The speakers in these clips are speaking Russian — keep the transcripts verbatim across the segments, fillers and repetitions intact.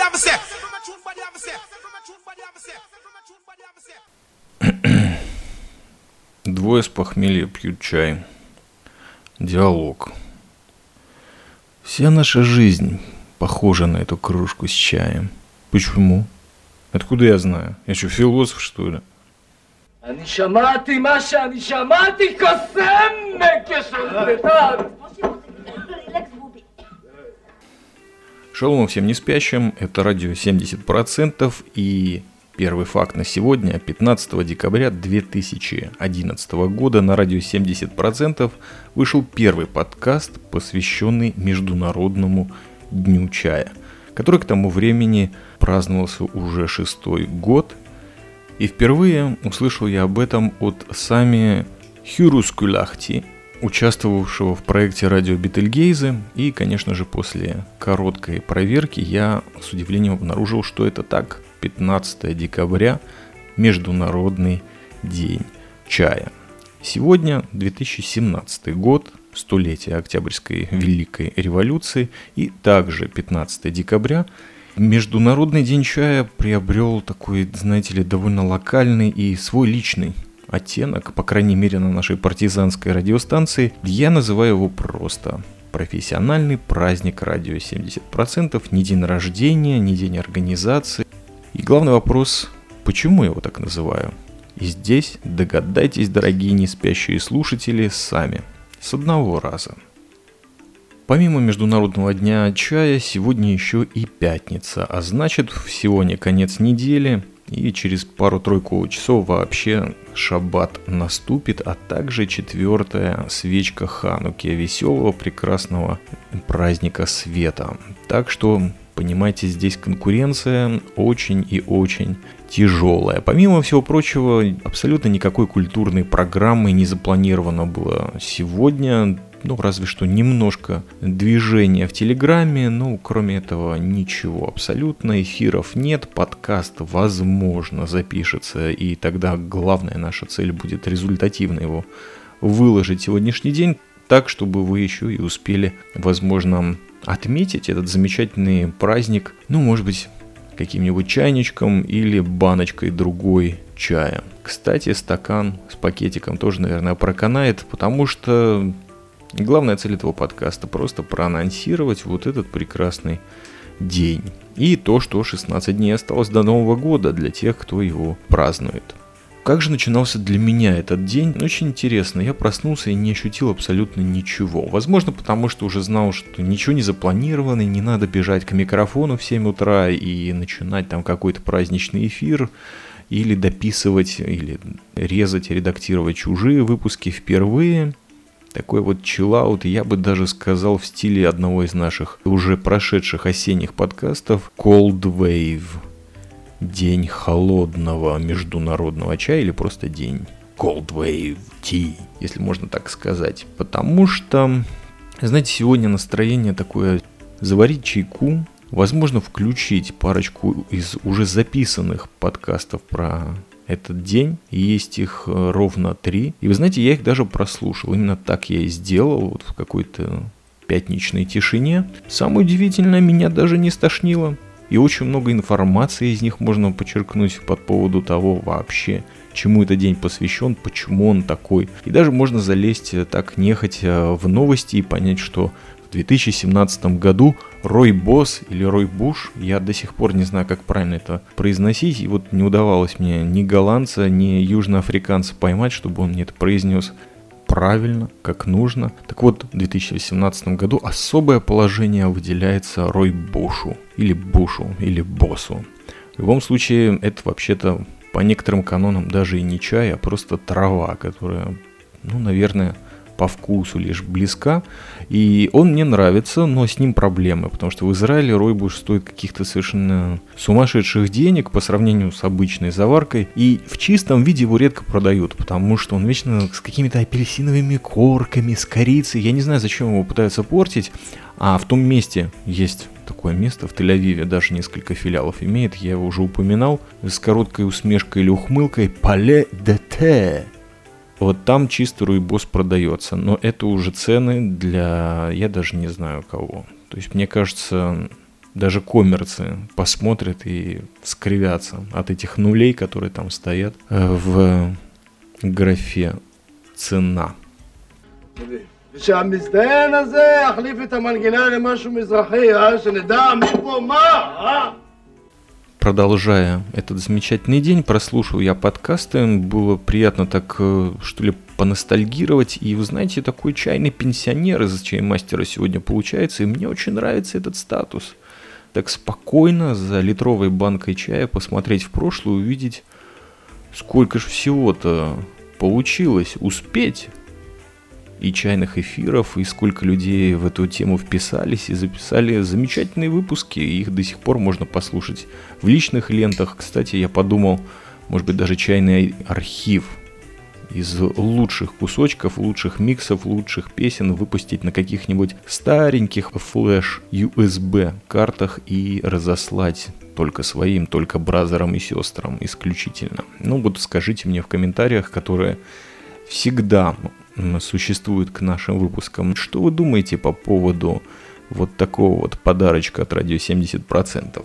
Двое с похмелья пьют чай. Диалог. Вся наша жизнь похожа на эту кружку с чаем. Почему? Откуда я знаю? Я что, философ, что ли? אני שמעתי מה שאני שמעתי קוסם כשולטת. Шалом всем не спящим, это радио семьдесят процентов и первый факт на сегодня, пятнадцатого декабря две тысячи одиннадцатого года на радио семьдесят процентов вышел первый подкаст, посвященный Международному дню чая, который к тому времени праздновался уже шестой год. И впервые услышал я об этом от Сами Хюрускюлахти, участвовавшего в проекте радио Бетельгейзе. И, конечно же, после короткой проверки я с удивлением обнаружил, что это так. пятнадцатого декабря, Международный день чая. Сегодня две тысячи семнадцатый год, столетие Октябрьской Великой Революции, и также пятнадцатого декабря Международный день чая приобрел такой, знаете ли, довольно локальный и свой личный оттенок, по крайней мере на нашей партизанской радиостанции. Я называю его просто профессиональный праздник радио семьдесят процентов, не день рождения, не день организации. И главный вопрос, почему я его так называю? И здесь догадайтесь, дорогие неспящие слушатели, сами, с одного раза. Помимо Международного дня чая, сегодня еще и пятница, а значит, сегодня конец недели, и через пару-тройку часов вообще шаббат наступит, а также четвертая свечка Хануки, веселого, прекрасного праздника света. Так что, понимаете, здесь конкуренция очень и очень тяжелая. Помимо всего прочего, абсолютно никакой культурной программы не запланировано было сегодня. Ну, разве что немножко движения в Телеграме, ну, кроме этого ничего абсолютно, эфиров нет, подкаст, возможно, запишется, и тогда главная наша цель будет результативно его выложить сегодняшний день, так, чтобы вы еще и успели, возможно, отметить этот замечательный праздник, ну, может быть, каким-нибудь чайничком или баночкой другой чая. Кстати, стакан с пакетиком тоже, наверное, проканает, потому что главная цель этого подкаста просто проанонсировать вот этот прекрасный день. И то, что шестнадцать дней осталось до Нового года для тех, кто его празднует. Как же начинался для меня этот день? Очень интересно. Я проснулся и не ощутил абсолютно ничего. Возможно, потому что уже знал, что ничего не запланировано, не надо бежать к микрофону в семь утра и начинать там какой-то праздничный эфир, или дописывать, или резать, редактировать чужие выпуски впервые. Такой вот чиллаут, я бы даже сказал, в стиле одного из наших уже прошедших осенних подкастов Cold Wave. День холодного международного чая или просто день Cold Wave Tea, если можно так сказать. Потому что, знаете, сегодня настроение такое: заварить чайку, возможно, включить парочку из уже записанных подкастов про этот день, есть их ровно три. И вы знаете, я их даже прослушал. Именно так я и сделал, вот в какой-то пятничной тишине. Самое удивительное, меня даже не стошнило. И очень много информации из них можно подчеркнуть по поводу того вообще, чему этот день посвящен, почему он такой. И даже можно залезть так нехотя в новости и понять, что в две тысячи семнадцатом году Рой Босс или Рой Буш, я до сих пор не знаю, как правильно это произносить, и вот не удавалось мне ни голландца, ни южноафриканца поймать, чтобы он мне это произнес правильно, как нужно. Так вот, в две тысячи восемнадцатом году особое положение выделяется Рой Бушу, или Бушу, или Боссу. В любом случае, это вообще-то по некоторым канонам даже и не чай, а просто трава, которая, ну, наверное, по вкусу лишь близка, и он мне нравится, но с ним проблемы, потому что в Израиле ройбуш стоит каких-то совершенно сумасшедших денег по сравнению с обычной заваркой, и в чистом виде его редко продают, потому что он вечно с какими-то апельсиновыми корками, с корицей, я не знаю, зачем его пытаются портить, а в том месте есть такое место в Тель-Авиве, даже несколько филиалов имеет, я его уже упоминал, с короткой усмешкой или ухмылкой «Palais de thé». Вот там чисто ройбос продается, но это уже цены для, я даже не знаю кого. То есть мне кажется, даже коммерцы посмотрят и скривятся от этих нулей, которые там стоят в графе «Цена». ושהמזדיין הזה יחליף את המנגינה למשהו מזרחי, אה? שנדע מפה מה, אה? Продолжая этот замечательный день, прослушал я подкасты, было приятно так, что ли, поностальгировать. И вы знаете, такой чайный пенсионер из чаймастера сегодня получается, и мне очень нравится этот статус. Так спокойно за литровой банкой чая посмотреть в прошлое, увидеть, сколько же всего-то получилось успеть. И чайных эфиров, и сколько людей в эту тему вписались и записали замечательные выпуски, и их до сих пор можно послушать в личных лентах. Кстати, я подумал, может быть, даже чайный архив из лучших кусочков, лучших миксов, лучших песен выпустить на каких-нибудь стареньких флеш-ю эс би картах и разослать только своим, только бразерам и сестрам исключительно. Ну вот скажите мне в комментариях, которые всегда существует к нашим выпускам. Что вы думаете по поводу вот такого вот подарочка от радио семьдесят процентов?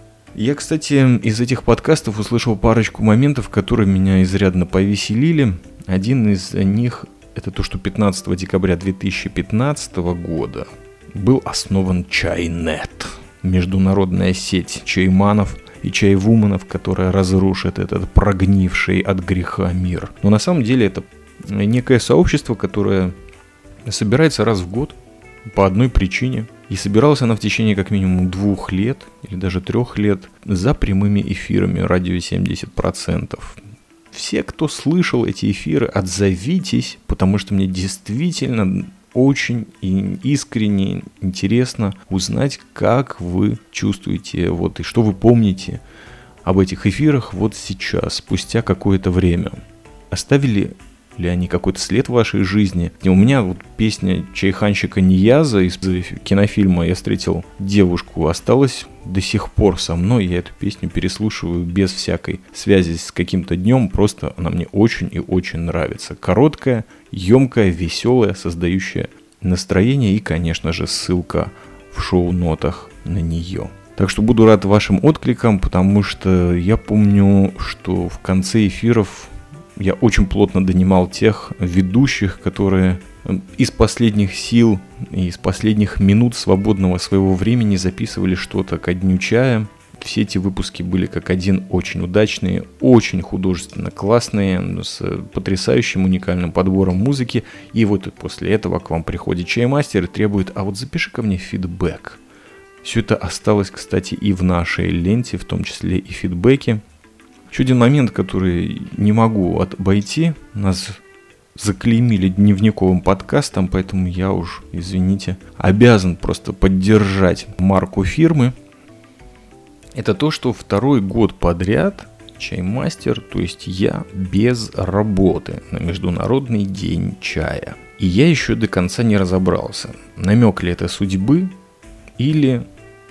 Я, кстати, из этих подкастов услышал парочку моментов, которые меня изрядно повеселили. Один из них — это то, что пятнадцатого декабря две тысячи пятнадцатого года был основан Чайнет, международная сеть чайманов и чайвуменов, которая разрушит этот прогнивший от греха мир. Но на самом деле это некое сообщество, которое собирается раз в год по одной причине. И собиралась она в течение как минимум двух лет или даже трех лет за прямыми эфирами радио семьдесят процентов. Все, кто слышал эти эфиры, отзовитесь, потому что мне действительно очень искренне интересно узнать, как вы чувствуете, вот, и что вы помните об этих эфирах вот сейчас, спустя какое-то время. Оставили ли они какой-то след в вашей жизни? И у меня вот песня чайханщика Нияза из кинофильма «Я встретил девушку» осталась до сих пор со мной. Я эту песню переслушиваю без всякой связи с каким-то днем. Просто она мне очень и очень нравится. Короткая, емкая, веселая, создающая настроение. И, конечно же, ссылка в шоу-нотах на нее. Так что буду рад вашим откликам, потому что я помню, что в конце эфиров я очень плотно донимал тех ведущих, которые из последних сил и из последних минут свободного своего времени записывали что-то ко дню чая. Все эти выпуски были как один очень удачные, очень художественно классные, с потрясающим уникальным подбором музыки. И вот после этого к вам приходит чаймастер и требует: а вот запиши ко мне фидбэк. Все это осталось, кстати, и в нашей ленте, в том числе и фидбэки. Еще один момент, который не могу обойти. Нас заклеймили дневниковым подкастом, поэтому я уж, извините, обязан просто поддержать марку фирмы. Это то, что второй год подряд чаймастер, то есть я, без работы на Международный день чая. И я еще до конца не разобрался, намек ли это судьбы или,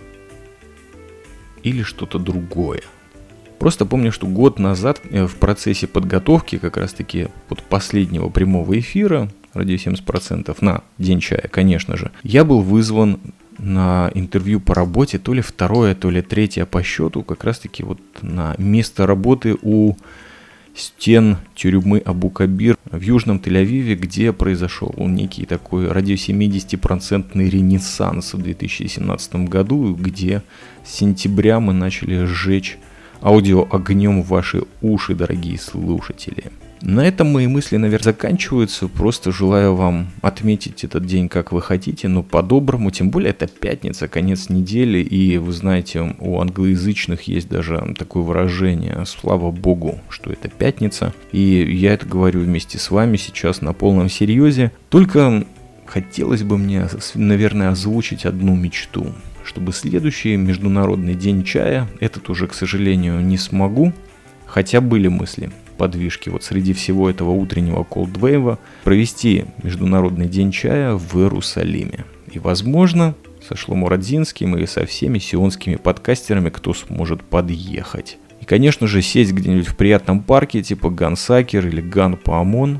или что-то другое. Просто помню, что год назад в процессе подготовки как раз-таки под последнего прямого эфира радио семьдесят процентов на День чая, конечно же, я был вызван на интервью по работе, то ли второе, то ли третье по счету, как раз-таки вот на место работы у стен тюрьмы Абу-Кабир в Южном Тель-Авиве, где произошел некий такой радио семьдесят процентный ренессанс в две тысячи семнадцатом году, где с сентября мы начали сжечь аудио огнем в ваши уши, дорогие слушатели. На этом мои мысли, наверное, заканчиваются. Просто желаю вам отметить этот день, как вы хотите, но по-доброму. Тем более это пятница, конец недели. И вы знаете, у англоязычных есть даже такое выражение: слава богу, что это пятница. И я это говорю вместе с вами сейчас на полном серьезе. Только хотелось бы мне, наверное, озвучить одну мечту. Чтобы следующий Международный день чая, этот уже, к сожалению, не смогу, хотя были мысли, подвижки вот среди всего этого утреннего колдвейва, провести Международный день чая в Иерусалиме. И, возможно, со Шломо Радзинским и со всеми сионскими подкастерами, кто сможет подъехать. И, конечно же, сесть где-нибудь в приятном парке, типа Ган Сакер или Ган Паамон,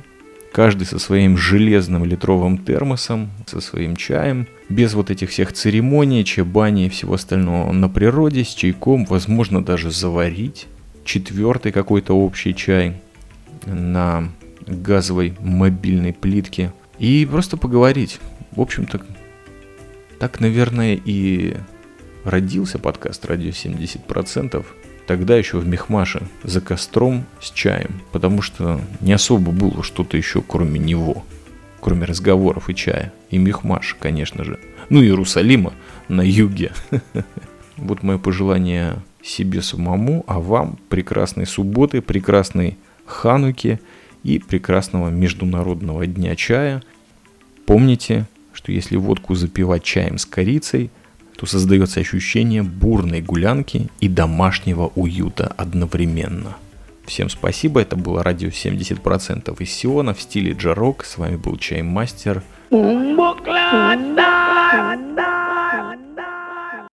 каждый со своим железным литровым термосом, со своим чаем, без вот этих всех церемоний, чебани и всего остального, на природе, с чайком, возможно даже заварить четвертый какой-то общий чай на газовой мобильной плитке и просто поговорить. В общем-то, так, наверное, и родился подкаст «Радио семьдесят процентов». Тогда еще в Мехмаше за костром с чаем, потому что не особо было что-то еще кроме него, кроме разговоров и чая. И Мехмаша, конечно же. Ну и Иерусалима на юге. Вот мое пожелание себе самому, а вам прекрасной субботы, прекрасной Хануки и прекрасного Международного дня чая. Помните, что если водку запивать чаем с корицей, то создается ощущение бурной гулянки и домашнего уюта одновременно. Всем спасибо, это было радио семьдесят процентов из Сиона в стиле джарок. С вами был Чаймастер.